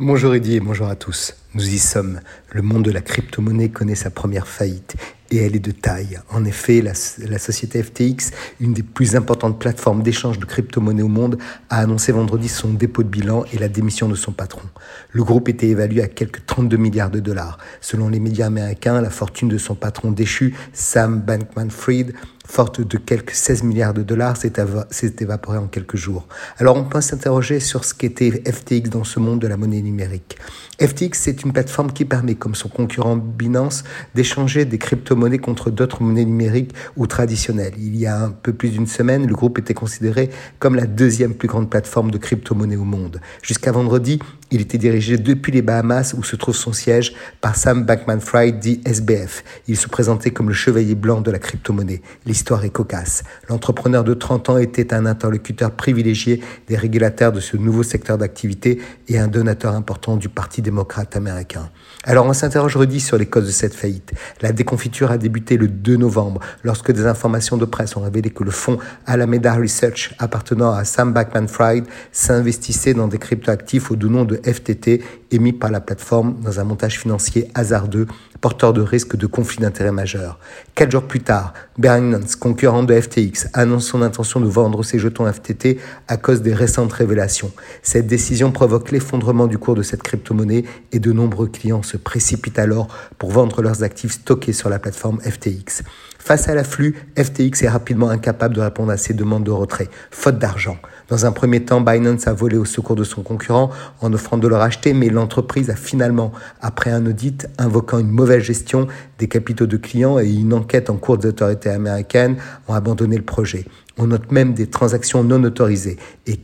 Bonjour Eddy et bonjour à tous. Nous y sommes. Le monde de la crypto-monnaie connaît sa première faillite et elle est de taille. En effet, la société FTX, une des plus importantes plateformes d'échange de crypto-monnaie au monde, a annoncé vendredi son dépôt de bilan et la démission de son patron. Le groupe était évalué à quelques 32 milliards de dollars. Selon les médias américains, la fortune de son patron déchu, Sam Bankman-Fried, forte de quelques 16 milliards de dollars, s'est évaporée en quelques jours. Alors on peut s'interroger sur ce qu'était FTX dans ce monde de la monnaie numérique. FTX, c'est une plateforme qui permet, comme son concurrent Binance, d'échanger des crypto-monnaies contre d'autres monnaies numériques ou traditionnelles. Il y a un peu plus d'une semaine, le groupe était considéré comme la deuxième plus grande plateforme de crypto-monnaies au monde. Jusqu'à vendredi, il était dirigé depuis les Bahamas, où se trouve son siège, par Sam Bankman-Fried, dit SBF. Il se présentait comme le chevalier blanc de la crypto-monnaie. L'histoire est cocasse. L'entrepreneur de 30 ans était un interlocuteur privilégié des régulateurs de ce nouveau secteur d'activité et un donateur important du Parti démocrate américain. Alors on s'interroge Rudy sur les causes de cette faillite. La déconfiture a débuté le 2 novembre, lorsque des informations de presse ont révélé que le fonds Alameda Research, appartenant à Sam Bankman-Fried, s'investissait dans des cryptoactifs au doux nom de FTT, émis par la plateforme dans un montage financier hasardeux, porteur de risques de conflit d'intérêts majeurs. 4 jours plus tard, Binance, concurrent de FTX, annonce son intention de vendre ses jetons FTT à cause des récentes révélations. Cette décision provoque l'effondrement du cours de cette crypto-monnaie et de nombreux clients se précipitent alors pour vendre leurs actifs stockés sur la plateforme FTX. Face à l'afflux, FTX est rapidement incapable de répondre à ces demandes de retrait, faute d'argent. Dans un premier temps, Binance a volé au secours de son concurrent en offrant de le racheter, mais l'entreprise a finalement, après un audit invoquant une mauvaise gestion des capitaux de clients et une enquête en cours des autorités américaines, ont abandonné le projet. On note même des transactions non autorisées et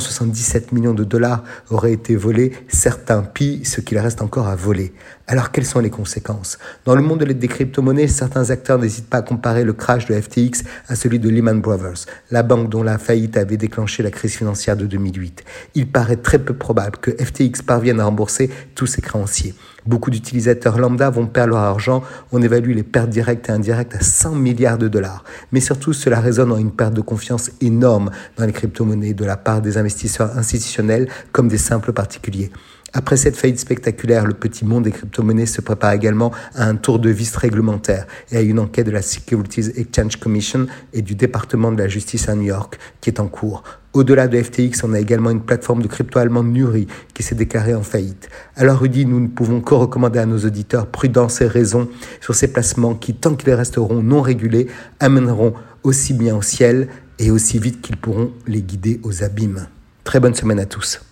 477 millions de dollars auraient été volés, certains pillent ce qu'il reste encore à voler. Alors quelles sont les conséquences ? Dans le monde des crypto-monnaies, certains acteurs n'hésitent pas à comparer le crash de FTX à celui de Lehman Brothers, la banque dont la faillite avait déclenché la crise financière de 2008. Il paraît très peu probable que FTX parvienne à rembourser tous ses créanciers. Beaucoup d'utilisateurs lambda vont perdre leur argent. On évalue les pertes directes et indirectes à 100 milliards de dollars. Mais surtout, cela résonne en une perte de confiance énorme dans les crypto-monnaies de la part des investisseurs institutionnels comme des simples particuliers. Après cette faillite spectaculaire, le petit monde des crypto-monnaies se prépare également à un tour de vis réglementaire et à une enquête de la Securities Exchange Commission et du département de la justice à New York qui est en cours. Au-delà de FTX, on a également une plateforme de crypto allemande Nuri qui s'est déclarée en faillite. Alors Rudy, nous ne pouvons que recommander à nos auditeurs prudence et raison sur ces placements qui, tant qu'ils resteront non régulés, amèneront aussi bien au ciel et aussi vite qu'ils pourront les guider aux abîmes. Très bonne semaine à tous.